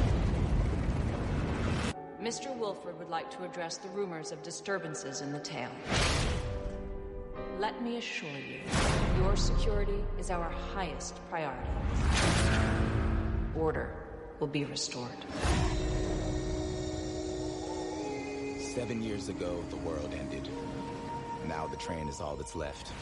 Mr. Wilford would like to address the rumors of disturbances in the town. Let me assure you, your security is our highest priority. Order will be restored. 7 years ago, the world ended. Now the train is all that's left.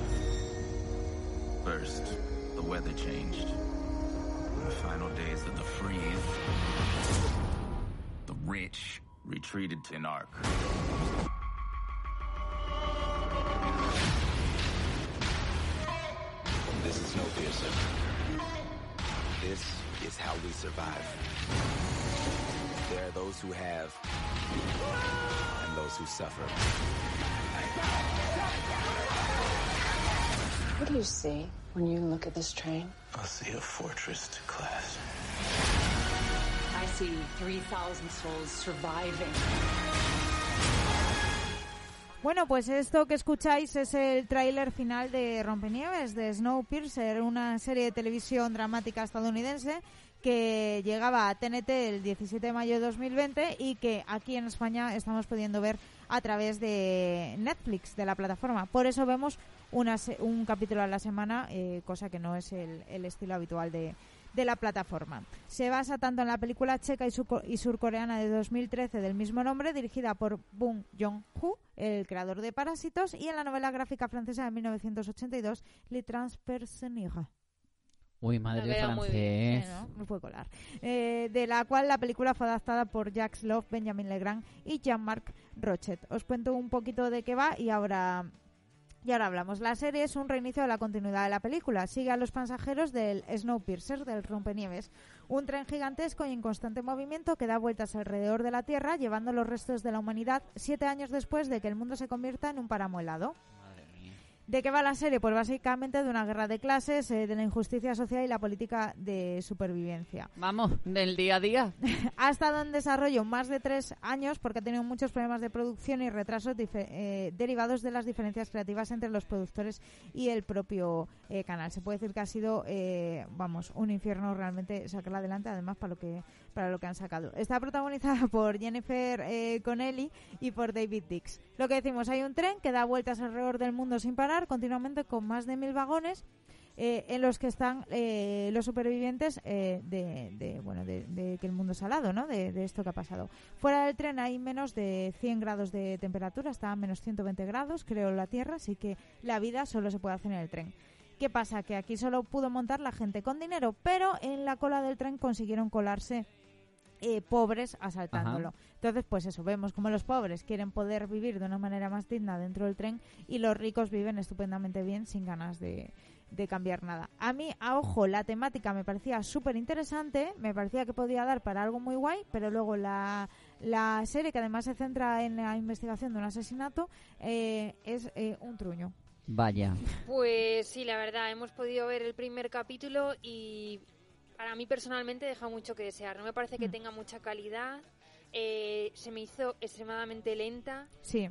First, the weather changed. In the final days of the freeze, the rich retreated to an ark. This is Snowpiercer. This is how we survive. There are those who have, and those who suffer. What do you see when you look at this train? I see a fortress to class. I see 3,000 souls surviving. Bueno, pues esto que escucháis es el tráiler final de Rompenieves, de Snowpiercer, una serie de televisión dramática estadounidense que llegaba a TNT el 17 de mayo de 2020 y que aquí en España estamos pudiendo ver a través de Netflix, de la plataforma. Por eso vemos un capítulo a la semana, cosa que no es el estilo habitual de la plataforma. Se basa tanto en la película checa y surcoreana de 2013 del mismo nombre, dirigida por Bong Joon-ho, el creador de Parásitos, y en la novela gráfica francesa de 1982, Le Transpersonnage. Uy, madre de francés. ¿No? Me puede colar. De la cual la película fue adaptada por Jacques Love, Benjamin Legrand y Jean-Marc Rochet. Os cuento un poquito de qué va y ahora hablamos. La serie es un reinicio de la continuidad de la película. Sigue a los pasajeros del Snowpiercer, del Rompenieves, un tren gigantesco y en constante movimiento que da vueltas alrededor de la Tierra, llevando los restos de la humanidad 7 años después de que el mundo se convierta en un páramo helado. ¿De qué va la serie? Pues básicamente de una guerra de clases, de la injusticia social y la política de supervivencia. Vamos, del día a día. Ha estado en desarrollo más de 3 años porque ha tenido muchos problemas de producción y retrasos derivados de las diferencias creativas entre los productores y el propio canal. Se puede decir que ha sido, un infierno realmente sacarla adelante, además para lo que han sacado. Está protagonizada por Jennifer Connelly y por David Dix. Lo que decimos, hay un tren que da vueltas alrededor del mundo sin parar, continuamente, con más de 1000 vagones en los que están los supervivientes de que el mundo es salado, ¿no? De esto que ha pasado. Fuera del tren hay menos de 100 grados de temperatura, está a menos 120 grados, creo, la Tierra, así que la vida solo se puede hacer en el tren. ¿Qué pasa? Que aquí solo pudo montar la gente con dinero, pero en la cola del tren consiguieron colarse pobres asaltándolo. Ajá. Entonces, pues eso, vemos como los pobres quieren poder vivir de una manera más digna dentro del tren y los ricos viven estupendamente bien sin ganas de cambiar nada. A mí, a ojo, la temática me parecía súper interesante, me parecía que podía dar para algo muy guay, pero luego la serie, que además se centra en la investigación de un asesinato, es un truño. Vaya. Pues sí, la verdad, hemos podido ver el primer capítulo y para mí personalmente deja mucho que desear. No me parece que tenga mucha calidad. Se me hizo extremadamente lenta. Sí.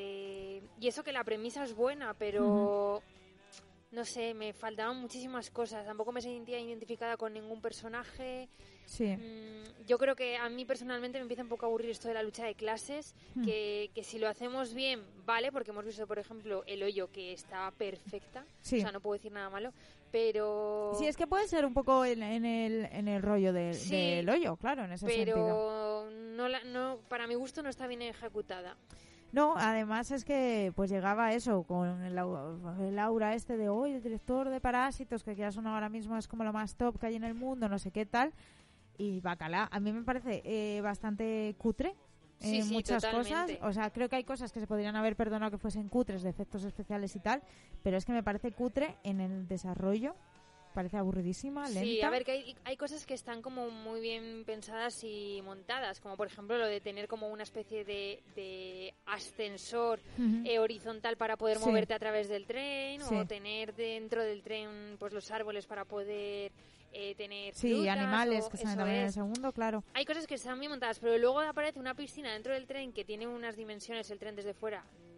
Y eso que la premisa es buena, pero no sé, me faltaban muchísimas cosas. Tampoco me sentía identificada con ningún personaje. Sí. Yo creo que a mí personalmente me empieza un poco a aburrir esto de la lucha de clases, que si lo hacemos bien, vale, porque hemos visto, por ejemplo, El Hoyo, que está perfecta. Sí. O sea, no puedo decir nada malo. Pero sí, es que puede ser un poco en el rollo del Hoyo, claro, en ese sentido. Pero no, para mi gusto no está bien ejecutada. No, además es que pues llegaba eso con el aura este de hoy, el director de Parásitos, que ya son ahora mismo es como lo más top que hay en el mundo, no sé qué tal, y bacala. A mí me parece bastante cutre. Sí, muchas totalmente. cosas, o sea, creo que hay cosas que se podrían haber perdonado que fuesen cutres, de efectos especiales y tal, pero es que me parece cutre en el desarrollo, parece aburridísima, lenta. Sí, a ver, que hay cosas que están como muy bien pensadas y montadas, como por ejemplo lo de tener como una especie de ascensor horizontal para poder moverte a través del tren, o tener dentro del tren pues los árboles para poder tener frutas, animales que salen también en el segundo, claro. Hay cosas que están bien montadas, pero luego aparece una piscina dentro del tren que tiene unas dimensiones, el tren desde fuera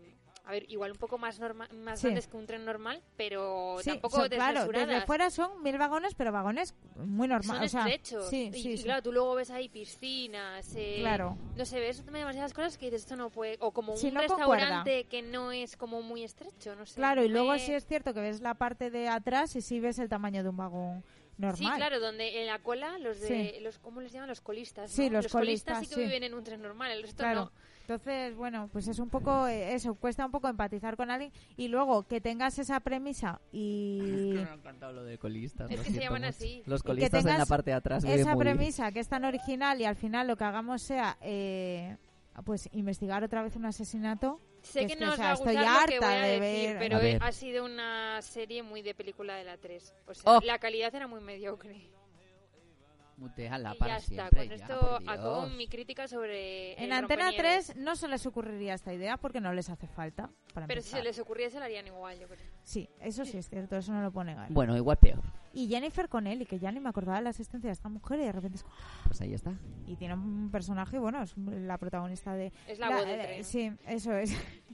a ver, igual un poco más más Sí. grandes que un tren normal, pero Sí, tampoco son, claro, desmesuradas. desde fuera son 1000 vagones, pero vagones muy Son normales. estrechos. Sí, y, sí, y sí. claro, tú luego ves ahí piscinas, Claro. no sé, ves demasiadas cosas que dices, esto no puede... O como Sí, un no restaurante que no es como muy estrecho, no sé. Claro, y luego Me- sí es cierto que ves la parte de atrás y sí ves el tamaño de un vagón normal. Sí, claro, donde en la cola los de... Sí. Los, ¿cómo les llaman? Los colistas, Sí, ¿no? los colistas, sí que sí. viven en un tren normal, el resto Claro. no. Entonces, bueno, pues es un poco eso, cuesta un poco empatizar con alguien y luego que tengas esa premisa y Me ha encantado lo de colistas. Es lo que se siento llaman mucho. así. Los Y que colistas en la tengas parte de atrás viven esa muy bien. premisa que es tan original y al final lo que hagamos sea pues investigar otra vez un asesinato. Sé que es no o os sea, va a estoy gustar lo que harta voy a de decir, ver. pero A ver. ha sido una serie muy de película de la 3. O sea, Oh. la calidad era muy mediocre. Muteala Y para ya está, siempre. con ya, esto por acabo Dios. mi crítica sobre En el Antena Rompenieves. 3 no se les ocurriría esta idea porque no les hace falta. Para Pero si empezar. se les ocurriese, la harían igual, yo creo. Sí, eso sí es cierto, eso no lo pone negar. Bueno, igual peor. Y Jennifer Connelly, que ya ni me acordaba de la existencia de esta mujer y de repente es como... Pues ahí está. Y tiene un personaje, bueno, es la protagonista de... Es la voz del tren. Sí, eso es.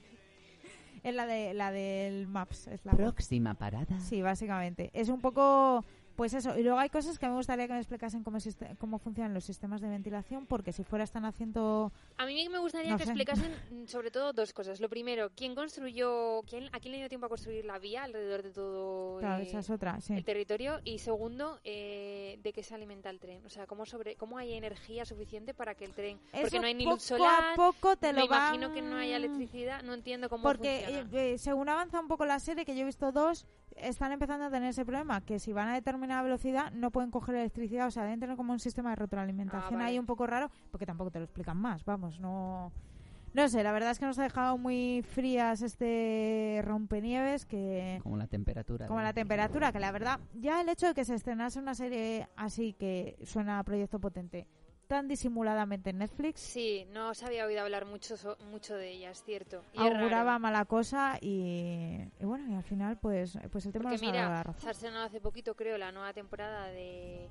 Es la del Maps. Es la voz. Próxima parada. Sí, básicamente. Es un poco... Pues eso, y luego hay cosas que me gustaría que me explicasen cómo funcionan los sistemas de ventilación, porque si fuera están haciendo... A mí me gustaría No que sé. explicasen sobre todo dos cosas. Lo primero, ¿quién construyó, a quién le dio tiempo a construir la vía alrededor de todo Claro, esa es otra, sí. el territorio? Y segundo, ¿de qué se alimenta el tren? O sea, ¿cómo hay energía suficiente para que el tren... Porque Eso no hay ni poco luz solar, a poco te me lo imagino van- que no haya electricidad, no entiendo cómo Porque funciona. según avanza un poco la serie, que yo he visto dos, están empezando a tener ese problema, que si van a determinada velocidad no pueden coger electricidad, o sea, deben tener como un sistema de retroalimentación vale. ahí un poco raro, porque tampoco te lo explican más, vamos, no sé, la verdad es que nos ha dejado muy frías este Rompenieves, que Como la temperatura. como la temperatura, que la verdad, ya el hecho de que se estrenase una serie así que suena a proyecto potente, tan disimuladamente en Netflix, Sí, no se había oído hablar mucho de ella, es cierto. Y es auguraba raro. mala cosa y bueno, y al final pues el tiempo Porque nos ha dado la mira, razón. se ha estrenado hace poquito, creo, la nueva temporada de...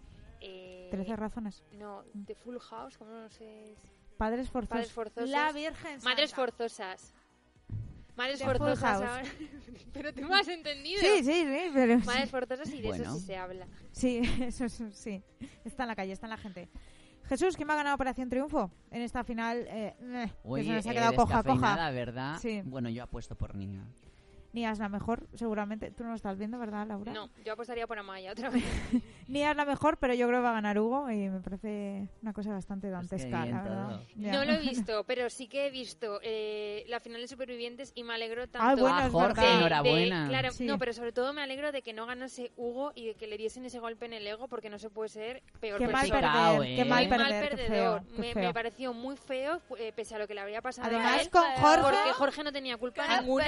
13 razones. No, de Full House, ¿cómo no sé? Padres forzosos. Padres forzosos. La Virgen Madres Santa. forzosas. Madres De Full forzosas. House. ahora- Pero tú me has entendido. Sí, pero Madres forzosas y de Bueno. eso sí se habla. sí, eso sí. Está en la calle, está en la gente. Jesús, ¿quién va a ganar Operación Triunfo en esta final? Que Oye, se nos ha quedado coja. descafeinada, ¿verdad? Sí. Bueno, yo apuesto por Nia. Nia es la mejor, seguramente. Tú no lo estás viendo, ¿verdad, Laura? No, yo apostaría por Amaya otra vez. Nia es la mejor, pero yo creo que va a ganar Hugo y me parece una cosa bastante que dantesca, bien la verdad. todo. Ya. No lo he visto, pero sí que he visto la final de Supervivientes y me alegro tanto. Ay, bueno, Ah, es Jorge, verdad. enhorabuena. Claro, Sí. no, pero sobre todo me alegro de que no ganase Hugo y de que le diesen ese golpe en el ego porque no se puede ser peor Qué mal persona. pecado, perder, ¿eh? qué mal Muy mal perder, qué perdedor. feo, qué Me feo. pareció muy feo, pese a lo que le habría pasado Además, a él. con Jorge- Porque Jorge no tenía culpa ninguna.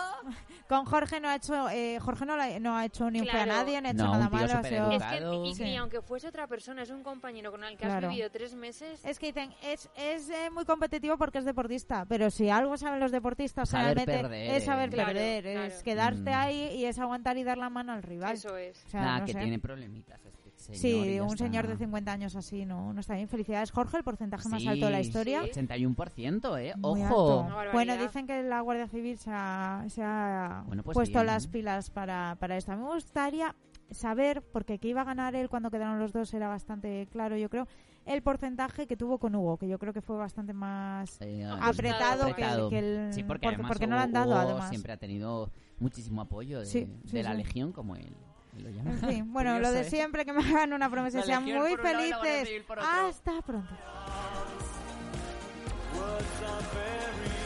Con Jorge no ha hecho no ha hecho ni un feo a Claro. nadie, no ha hecho No, nada un tío malo. Ha sido... supereducado. Es que, y Sí. aunque fuese otra persona, es un compañero con el que Claro. has vivido 3 meses. Es que dicen, es muy competitivo porque es deportista, pero si algo saben los deportistas Saber realmente perder, es saber Claro, perder, claro. es quedarte Mm. ahí y es aguantar y dar la mano al rival. Eso es. O sea, Nada, no que sé. tiene problemitas este señor. Sí, y ya un está. señor de 50 años así no está bien. Felicidades, Jorge, el porcentaje más Sí, alto de la historia. sí. 81%, Muy Ojo. alto. Una barbaridad. Bueno, dicen que la Guardia Civil se ha Bueno, pues puesto bien. las pilas para esto. A mí me gustaría saber, porque que iba a ganar él cuando quedaron los dos era bastante claro, yo creo, el porcentaje que tuvo con Hugo, que yo creo que fue bastante más apretado, apretado. que el... Sí, porque además porque no lo han dado, Hugo además. siempre ha tenido muchísimo apoyo de, Sí, sí, de la sí. Legión, como él lo llama. En fin, bueno, lo Curioso, de ¿eh? siempre, que me hagan una promesa y La sean Legión muy por un lado y la Guardia felices. Civil por otro. Hasta pronto. Was a very